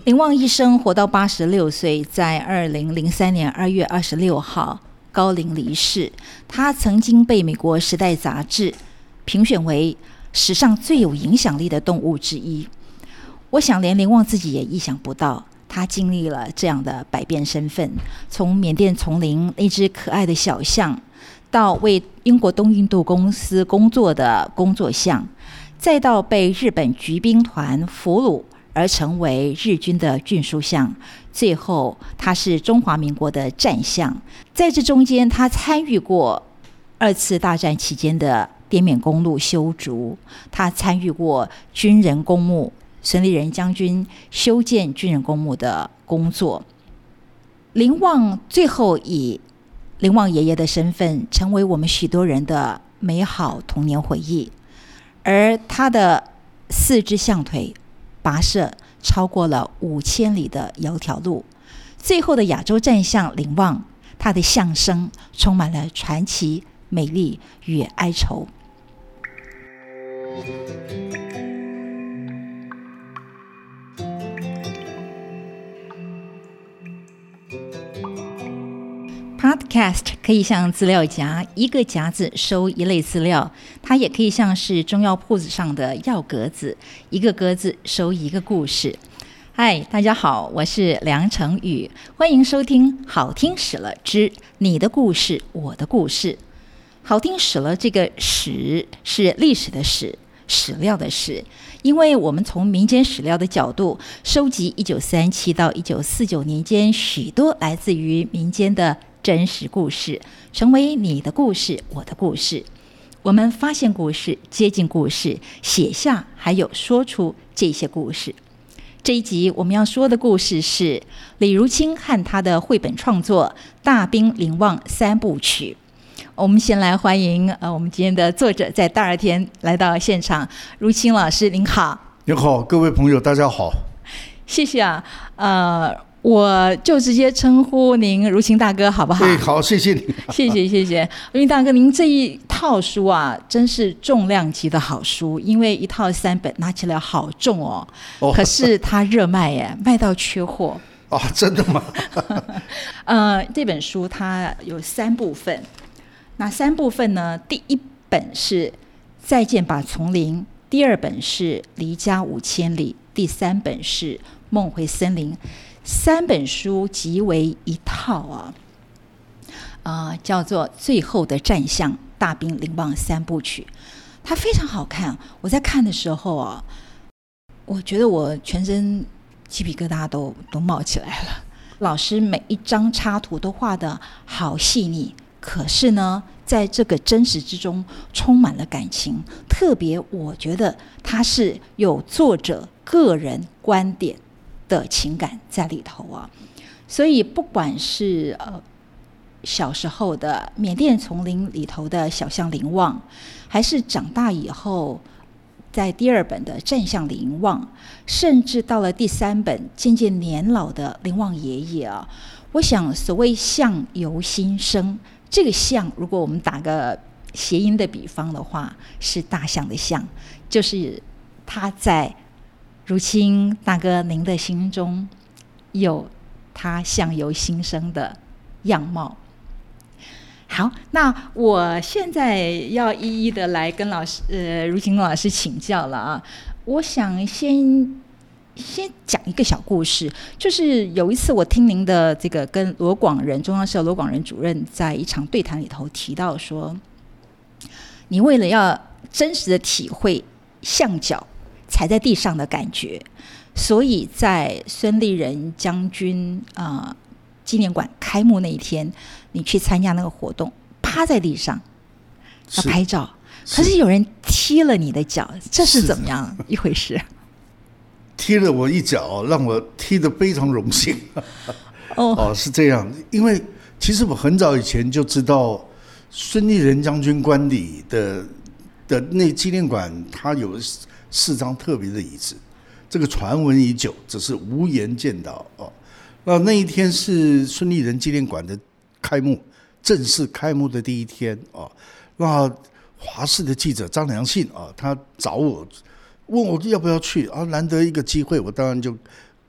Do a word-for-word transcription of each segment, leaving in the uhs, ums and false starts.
林旺一生活到八十六岁，在二零零三年二月二十六号高龄离世。他曾经被美国《时代》杂志评选为史上最有影响力的动物之一。我想连林旺自己也意想不到，他经历了这样的百变身份，从缅甸丛林那只可爱的小象，到为英国东印度公司工作的工作象，再到被日本橘兵团俘虏而成为日军的军书象，最后他是中华民国的战象。在这中间，他参与过二次大战期间的滇缅公路修筑，他参与过军人公墓孙立人将军修建军人公墓的工作。林旺最后以林旺爷爷的身份成为我们许多人的美好童年回忆，而他的四只象腿跋涉超过了五千里的窈窕路。最后的亚洲战象林旺，他的象声充满了传奇、美丽与哀愁。Podcast 可以像资料夹，一个夹子收一类资料，它也可以像是中药铺子上的药格子，一个格子收一个故事。嗨，大家好，我是梁成宇，欢迎收听好听史了之你的故事我的故事。好听史了，这个史是历史的史，史料的史，因为我们从民间史料的角度收集一九三七到一九四九年间许多来自于民间的真实故事，成为你的故事我的故事。我们发现故事，接近故事，写下还有说出这些故事。这一集我们要说的故事是李如清和他的绘本创作《大兵林旺三部曲》。我们先来欢迎呃，我们今天的作者在大热天来到现场，如清老师您好。 您好，各位朋友大家好。 谢谢啊，呃我就直接称呼您如清大哥好不好？ 对，好，谢谢你。 谢谢谢谢如清大哥，您这一套书啊真是重量级的好书，因为一套三本拿起来好重哦，哦可是它热卖耶，卖到缺货。 哦，真的吗？ 呃，这本书它有三部分，那三部分呢，第一本是再见吧丛林，第二本是离家五千里，第三本是梦回森林。三本书集为一套啊，呃、叫做《最后的战象：大兵林旺三部曲》。它非常好看，我在看的时候啊，我觉得我全身鸡皮疙瘩都都冒起来了。老师每一张插图都画得好细腻，可是呢，在这个真实之中充满了感情。特别我觉得它是有作者个人观点的情感在里头啊，所以不管是呃小时候的缅甸丛林里头的小象林旺，还是长大以后在第二本的战象林旺，甚至到了第三本渐渐年老的林旺爷爷啊，我想所谓相由心生，这个相如果我们打个谐音的比方的话，是大象的象，就是他在如清大哥您的心中有他相由心生的样貌。好，那我现在要一一的来跟老师呃如清老师请教了啊。我想先先讲一个小故事，就是有一次我听您的这个跟罗广仁中央社罗广仁主任在一场对谈里头提到说，你为了要真实的体会象脚踩在地上的感觉，所以在孙立人将军啊、呃、纪念馆开幕那一天，你去参加那个活动，趴在地上要拍照，可是有人踢了你的脚，这是怎么样一回事？ 踢了我一脚，让我踢得非常荣幸。哦, 哦，是这样，因为其实我很早以前就知道孙立人将军官邸的的那纪念馆，它有四张特别的椅子，这个传闻已久，只是无颜见到哦。那那一天是孙立人纪念馆的开幕，正式开幕的第一天哦。那华视的记者张良信啊，他找我问我要不要去啊，难得一个机会，我当然就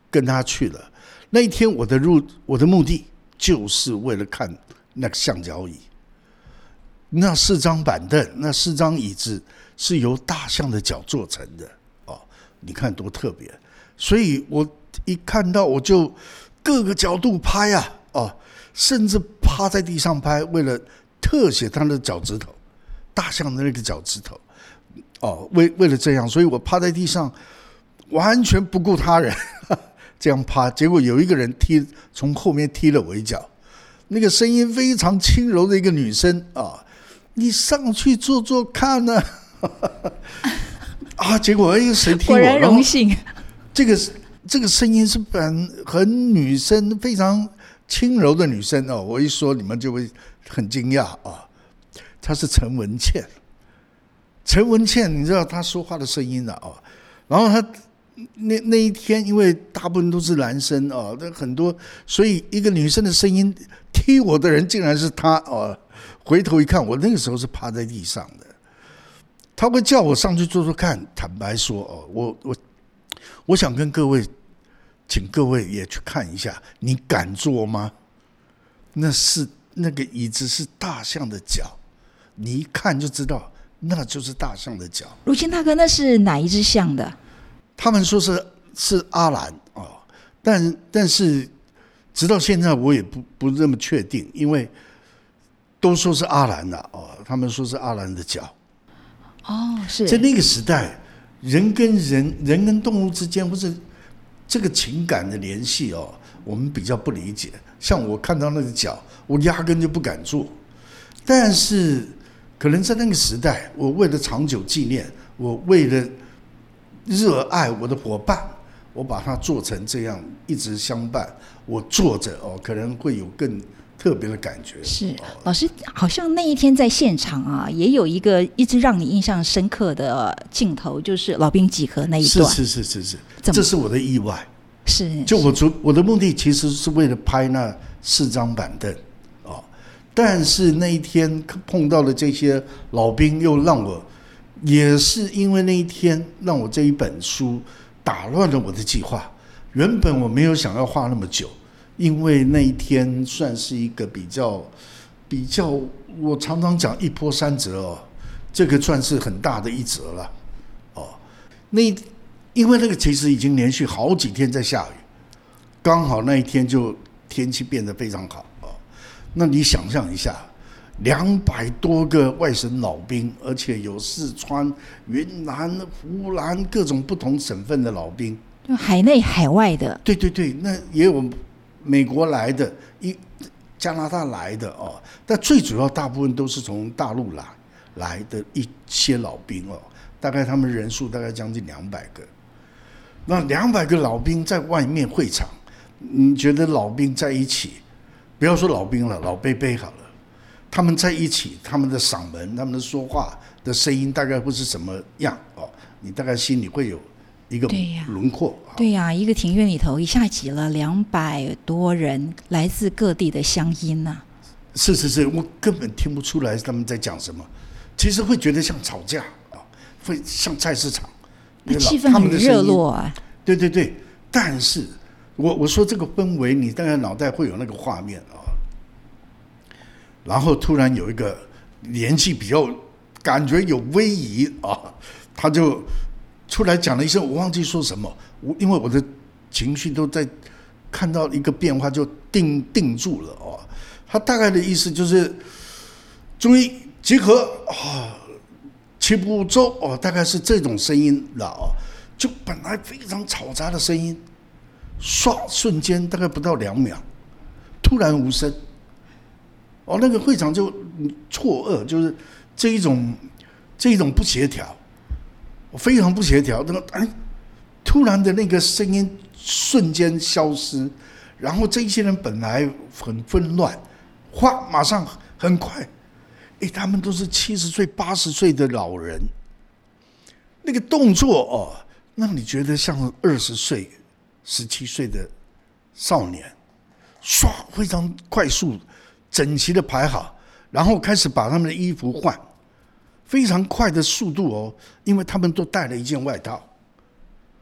跟他去了。那一天我的入我的目的就是为了看那个橡胶椅，那四张板凳，那四张椅子是由大象的脚做成的哦，你看多特别！所以我一看到我就各个角度拍啊，哦，甚至趴在地上拍，为了特写他的脚趾头，大象的那个脚趾头，哦，为为了这样，所以我趴在地上，完全不顾他人。这样趴，结果有一个人踢，从后面踢了我一脚，那个声音非常轻柔的一个女生啊，你上去坐坐看呢、啊，啊，结果哎，谁踢我？ 果然荣幸。 这个这个声音是很很女生，非常轻柔的女生哦。我一说你们就会很惊讶啊，她是陈文茜。陈文茜，你知道她说话的声音的啊，然后她。那那一天，因为大部分都是男生哦，很多，所以一个女生的声音踢我的人竟然是她哦。回头一看，我那个时候是趴在地上的，她会叫我上去做做看。坦白说哦，我我我想跟各位，请各位也去看一下，你敢坐吗？那是那个椅子是大象的脚，你一看就知道，那就是大象的脚。 如清大哥，那是哪一只象的？ 他们说是是阿兰哦，但但是直到现在我也不不那么确定，因为都说是阿兰的哦，他们说是阿兰的脚。 哦，是在那个时代，人跟人、人跟动物之间，或是这个情感的联系哦，我们比较不理解。像我看到那个脚，我压根就不敢做。但是可能在那个时代，我为了长久纪念，我为了热爱我的伙伴，我把它做成这样，一直相伴。我坐着哦，可能会有更特别的感觉。 是、哦、老师，好像那一天在现场啊，也有一个一直让你印象深刻的镜头，就是老兵几何那一段。 是是是是是，这是我的意外。 是， 就我主我的目的其实是为了拍那四张板凳哦，但是那一天碰到的这些老兵，又让我。也是因为那一天，让我这一本书打乱了我的计划。原本我没有想要画那么久，因为那一天算是一个比较比较，我常常讲一波三折哦，这个算是很大的一折了哦。那因为那个其实已经连续好几天在下雨，刚好那一天就天气变得非常好哦。那你想象一下。两百多个外省老兵，而且有四川、云南、湖南各种不同省份的老兵， 海内海外的。 对对对，那也有美国来的，一加拿大来的哦。但最主要大部分都是从大陆来来的一些老兵哦，大概他们人数大概将近两百个。那两百个老兵在外面会场，你觉得老兵在一起，不要说老兵了，老贝贝好了。他们在一起，他们的嗓门、他们的说话的声音大概会是什么样哦？你大概心里会有一个轮廓。 对呀、啊，一个庭院里头一下挤了两百多人，来自各地的乡音呐、啊。 是是是，我根本听不出来他们在讲什么，其实会觉得像吵架啊，会像菜市场， 那气氛很热络啊。 对对对，但是我我说这个氛围，你大概脑袋会有那个画面啊。然后突然有一个年纪比较感觉有威仪啊，他就出来讲了一声，我忘记说什么，我因为我的情绪都在看到一个变化就定定住了哦。他大概的意思就是注意集合啊，齐步走哦，大概是这种声音了哦。就本来非常嘈杂的声音，唰瞬间大概不到两秒，突然无声。哦，那个会场就错愕，就是这一种这一种不协调，非常不协调。那个哎，突然的那个声音瞬间消失，然后这一些人本来很纷乱，哗，马上很快，哎，他们都是七十岁、八十岁的老人，那个动作哦，让你觉得像二十岁、十七岁的少年，唰，非常快速。整齐的排好，然后开始把他们的衣服换，非常快的速度哦，因为他们都带了一件外套。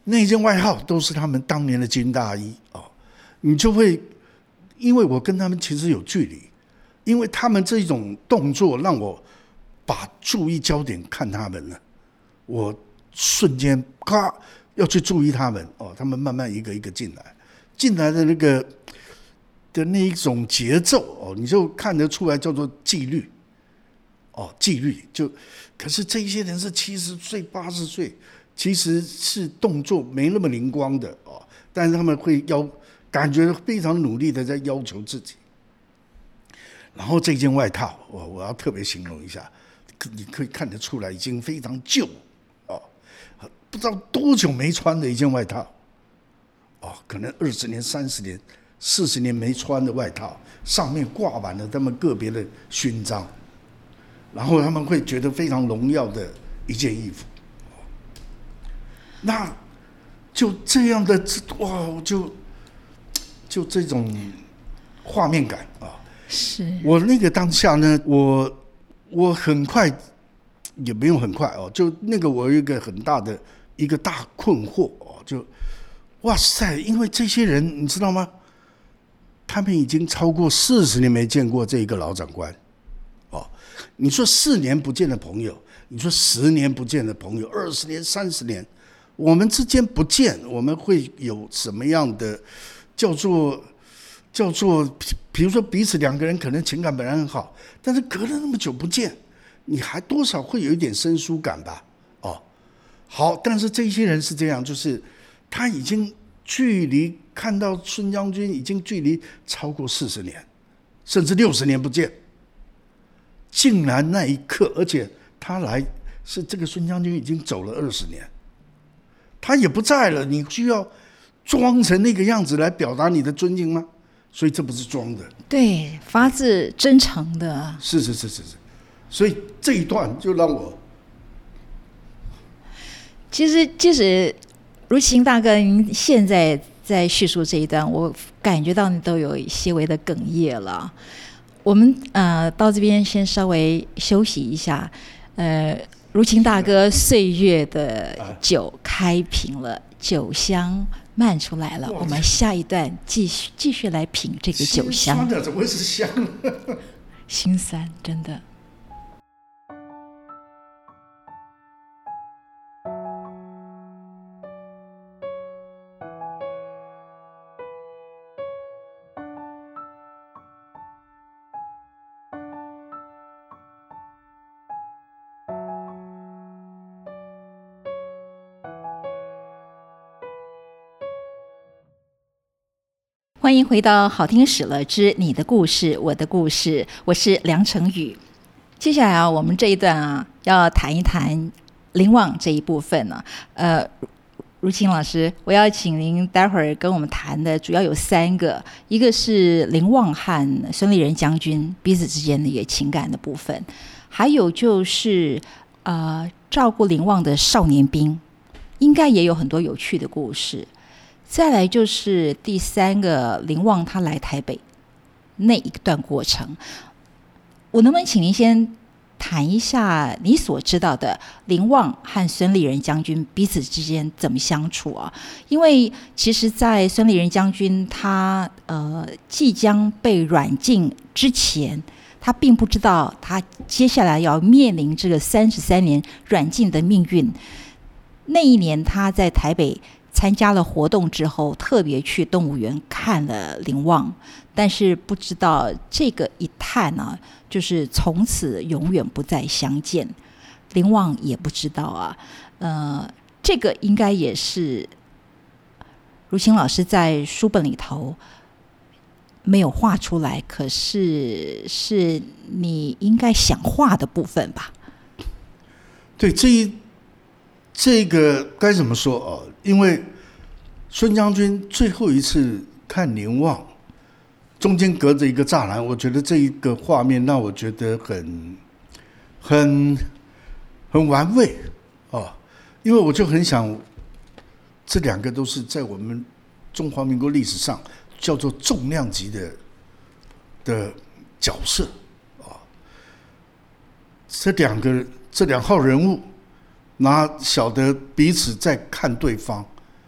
那件外套都是他们当年的军大衣哦，你就会，因为我跟他们其实有距离，因为他们这种动作让我把注意焦点看他们了，我瞬间咔要去注意他们哦，他们慢慢一个一个进来，进来的那个的那一种节奏哦，你就看得出来叫做纪律哦，纪律就，可是这些人是七十岁八十岁。其实是动作没那么灵光的哦，但是他们会要感觉非常努力的在要求自己。然后这件外套，我我要特别形容一下，你可以看得出来已经非常旧哦，不知道多久没穿的一件外套哦，可能二十年、三十年、四十年没穿的外套，上面挂满了他们个别的勋章，然后他们会觉得非常荣耀的一件衣服。那就这样的哇，就就这种画面感啊！ 是我那个当下呢，我我很快也不用很快哦，就那个我有一个很大的一个大困惑哦，就哇塞，因为这些人你知道吗？他们已经超过四十年没见过这一个老长官哦。你说四年不见的朋友，你说十年不见的朋友，二十年、三十年。我们之间不见，我们会有什么样的叫做叫做，比如说彼此两个人可能情感本来很好，但是隔了那么久不见，你还多少会有一点生疏感吧？哦，好，但是这些人是这样，就是他已经距离看到孙将军已经距离超过四十年，甚至六十年不见，竟然那一刻，而且他来是这个孙将军已经走了二十年。他也不在了，你需要装成那个样子来表达你的尊敬吗？所以这不是装的， 对，发自真诚的。 是是是是是，所以这一段就让我， 其实即使如晴大哥您现在在叙述这一段，我感觉到你都有些微的哽咽了。我们呃到这边先稍微休息一下，呃。如晴大哥岁月的酒开瓶了，酒香漫出来了。我们下一段继续继续来品这个酒香。 酸的怎么会是香呢？ 心酸，真的。欢迎回到好听史了之你的故事我的故事，我是梁成宇。接下来啊，我们这一段啊，要谈一谈林旺这一部分呢、啊。呃，如晴老师，我要请您待会儿跟我们谈的主要有三个，一个是林旺和孙立人将军彼此之间的一个情感的部分，还有就是呃，照顾林旺的少年兵，应该也有很多有趣的故事。再来就是第三个，林旺他来台北那一段过程，我能不能请您先谈一下你所知道的林旺和孙立人将军彼此之间怎么相处啊？因为其实在孙立人将军他呃即将被软禁之前，他并不知道他接下来要面临这个三十三年软禁的命运。那一年他在台北参加了活动之后，特别去动物园看了林旺，但是不知道这个一探呢、啊，就是从此永远不再相见。林旺也不知道啊，呃，这个应该也是如晴老师在书本里头没有画出来，可是是你应该想画的部分吧？ 对，这一这个该怎么说哦？因为孙将军最后一次看林旺，中间隔着一个栅栏，我觉得这一个画面让我觉得很很很玩味哦，因为我就很想，这两个都是在我们中华民国历史上叫做重量级的的角色啊、哦，这两个这两号人物。哪晓得彼此在看对方，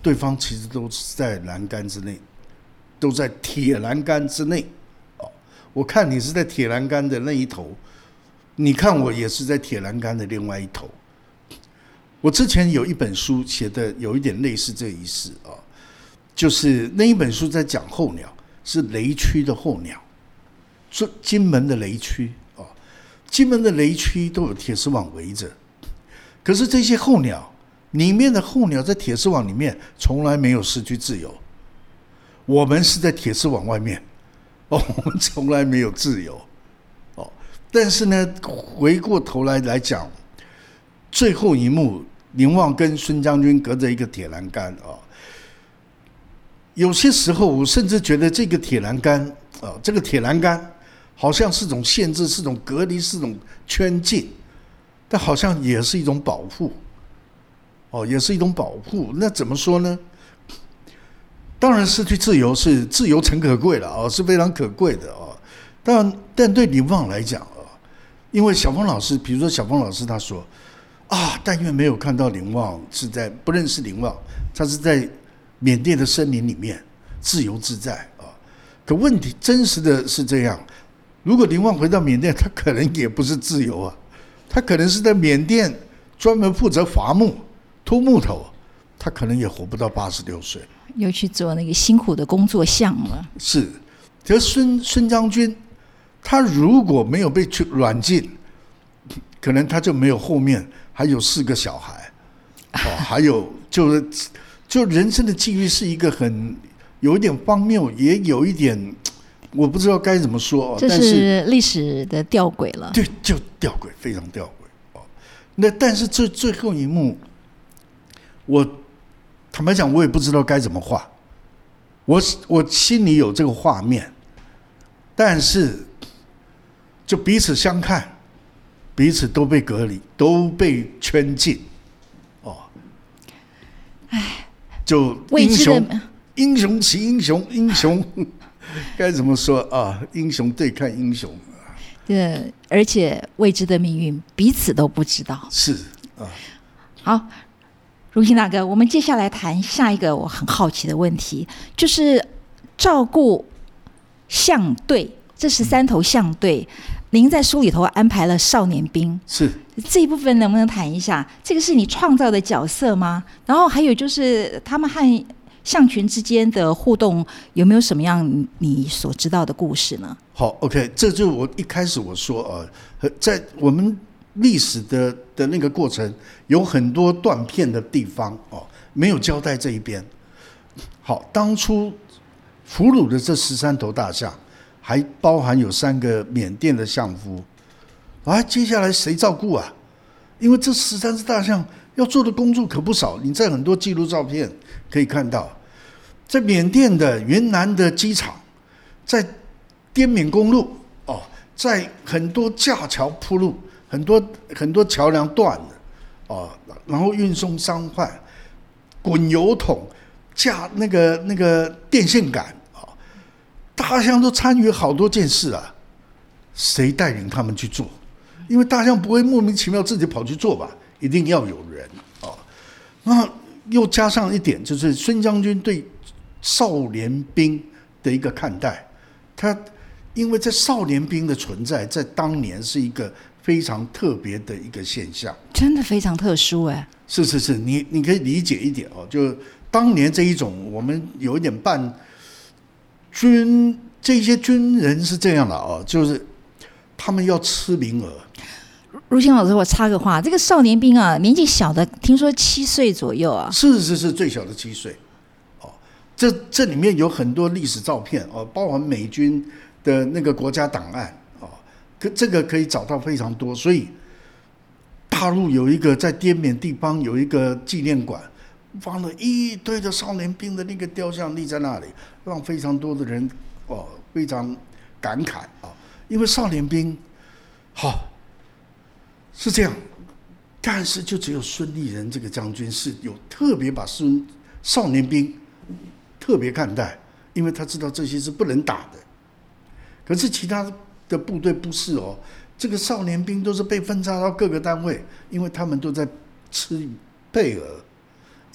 对方其实都是在栏杆之内，都在铁栏杆之内。哦，我看你是在铁栏杆的那一头，你看我也是在铁栏杆的另外一头。我之前有一本书写的有一点类似这意思啊，就是那一本书在讲候鸟，是雷区的候鸟，说金门的雷区啊，金门的雷区都有铁丝网围着，可是这些候鸟里面的候鸟在铁丝网里面从来没有失去自由，我们是在铁丝网外面，哦，我们从来没有自由，哦，但是呢，回过头来来讲，最后一幕，林旺跟孙将军隔着一个铁栏杆啊，有些时候我甚至觉得这个铁栏杆啊，这个铁栏杆好像是种限制，是种隔离，是种圈禁，但好像也是一种保护，哦，也是一种保护。那怎么说呢？当然，失去自由是自由诚可贵了啊，是非常可贵的啊。但但对林旺来讲啊，因为小峰老师，比如说小峰老师他说啊，但愿没有看到林旺是在不认识林旺，他是在缅甸的森林里面自由自在啊。可问题真实的是这样，如果林旺回到缅甸，他可能也不是自由啊，他可能是在缅甸专门负责伐木、拖木头，他可能也活不到八十六岁， 又去做那个辛苦的工作项了。 是，可是孙孙将军，他如果没有被软禁，可能他就没有后面还有四个小孩，哦，还有就是就人生的际遇是一个很有一点荒谬，也有一点我不知道该怎么说， 这是历史的吊诡了。 对，就吊诡，非常吊诡哦。那但是这最后一幕，我坦白讲，我也不知道该怎么画。我我心里有这个画面，但是就彼此相看，彼此都被隔离，都被圈禁，哦， 哎， 就英雄英雄骑英雄，英雄该怎么说啊？英雄对抗英雄， 对，而且未知的命运彼此都不知道。 是啊， 好。如新大哥，我们接下来谈下一个我很好奇的问题，就是照顾象队，这十三头象队，您在书里头安排了少年兵， 是这一部分能不能谈一下？这个是你创造的角色吗？然后还有就是他们和象群之间的互动有没有什么样你所知道的故事呢？ 好 ，OK， 这就我一开始我说啊，在我们历史的的那个过程有很多断片的地方哦，没有交代这一边。好，当初俘虏的这十三头大象，还包含有三个缅甸的象夫，啊，接下来谁照顾啊？因为这十三只大象要做的工作可不少，你在很多纪录照片可以看到，在缅甸的云南的机场，在滇缅公路哦，在很多架桥铺路。很多很多桥梁断了，哦，然后运送伤患，滚油桶，架那个那个电线杆，哦，大象都参与好多件事啊，谁带领他们去做？因为大象不会莫名其妙自己跑去做吧，一定要有人哦。那又加上一点，就是孙将军对少年兵的一个看待，他因为这少年兵的存在，在当年是一个非常特别的一个现象， 真的非常特殊哎。 是是是，你你可以理解一点哦，就当年这一种，我们有一点半军，这些军人是这样的哦，就是他们要吃名额。 如新老师，我插个话，这个少年兵啊，年纪小的，听说七岁左右啊。 是是是，最小的七岁。哦，这这里面有很多历史照片哦，包含美军的那个国家档案。可这个可以找到非常多，所以大陆有一个在滇缅地方有一个纪念馆，放了一堆的少年兵的那个雕像立在那里，让非常多的人哦非常感慨啊，因为少年兵好、哦、是这样，但是就只有孙立人这个将军是有特别把孙少年兵特别看待，因为他知道这些是不能打的，可是其他的部队不是哦，这个少年兵都是被分插到各个单位，因为他们都在吃配额，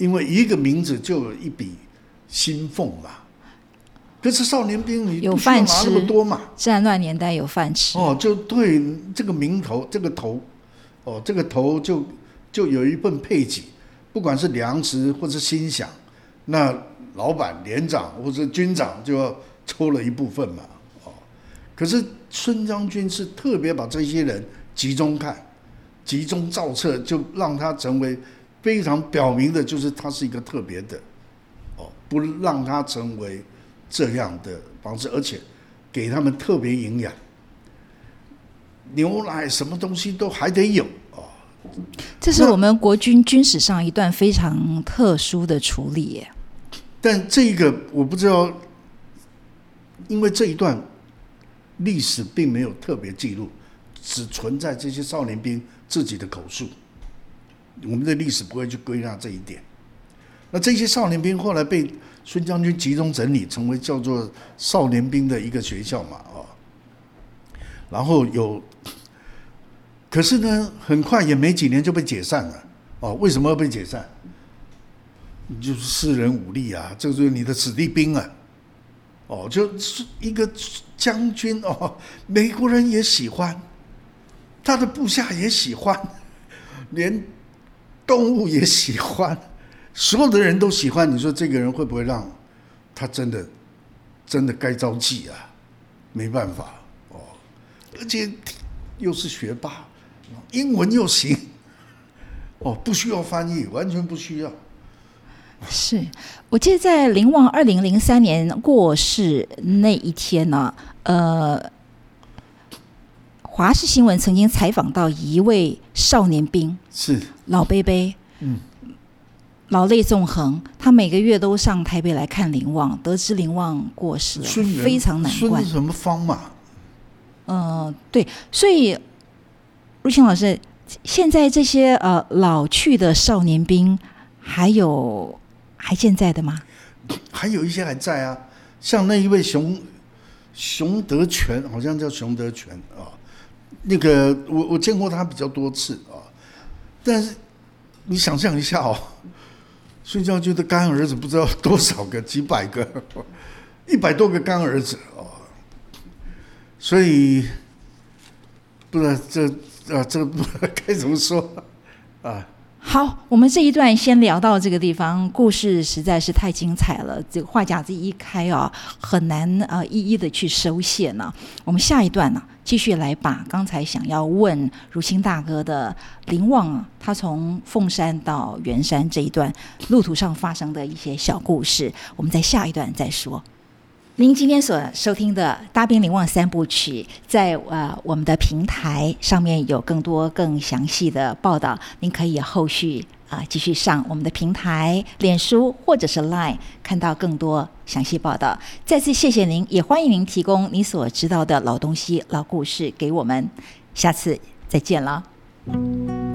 因为一个名字就有一笔薪俸嘛。可是少年兵你不需要拿那么多嘛， 战乱年代有饭吃哦，就对这个名头这个头，哦，这个头就就有一份配给，不管是粮食或是薪饷，那老板连长或者军长就要抽了一部分嘛，哦，可是孙将军是特别把这些人集中看，集中造册，就让他成为非常表明的，就是他是一个特别的，哦，不让他成为这样的方式，而且给他们特别营养，牛奶什么东西都还得有哦。 这是我们国军军史上一段非常特殊的处理耶。 但这个我不知道，因为这一段历史并没有特别记录，只存在这些少年兵自己的口述，我们的历史不会去归纳这一点。那这些少年兵后来被孙将军集中整理，成为叫做少年兵的一个学校嘛，哦，然后有，可是呢，很快也没几年就被解散了，哦，为什么要被解散？就是恃人武力啊，这就是你的子弟兵啊，哦，就是一个将军哦，美国人也喜欢，他的部下也喜欢，连动物也喜欢。所有的人都喜欢，你说这个人会不会让他真的真的该招妓啊？没办法哦，而且又是学霸，英文又行，哦，不需要翻译，完全不需要。 是我记得在林旺二零零三年过世那一天呢，呃，华视新闻曾经采访到一位少年兵， 是老贝贝，嗯。老泪纵横，他每个月都上台北来看林旺，得知林旺过世了，非常难过。 孙什么芳嘛？ 呃，对，所以如晴老师，现在这些呃老去的少年兵，还有还健在的吗？ 还有一些还在啊，像那一位熊熊德全，好像叫熊德全啊，那个我我见过他比较多次啊，但是你想象一下哦。孙将军的干儿子不知道多少个，几百个，一百多个干儿子哦，所以不知道这啊这不知道该怎么说啊。 好，我们这一段先聊到这个地方，故事实在是太精彩了，这个话匣子一开啊，很难呃一一的去收线呢、啊。我们下一段呢、啊，继续来把刚才想要问如清大哥的林旺啊，他从凤山到圆山这一段路途上发生的一些小故事，我们在下一段再说。您今天所收听的《大兵林旺三部曲》在呃我们的平台上面有更多更详细的报道，您可以后续啊、呃、继续上我们的平台、脸书或者是 Line 看到更多详细报道。再次谢谢您，也欢迎您提供你所知道的老东西、老故事给我们。下次再见了。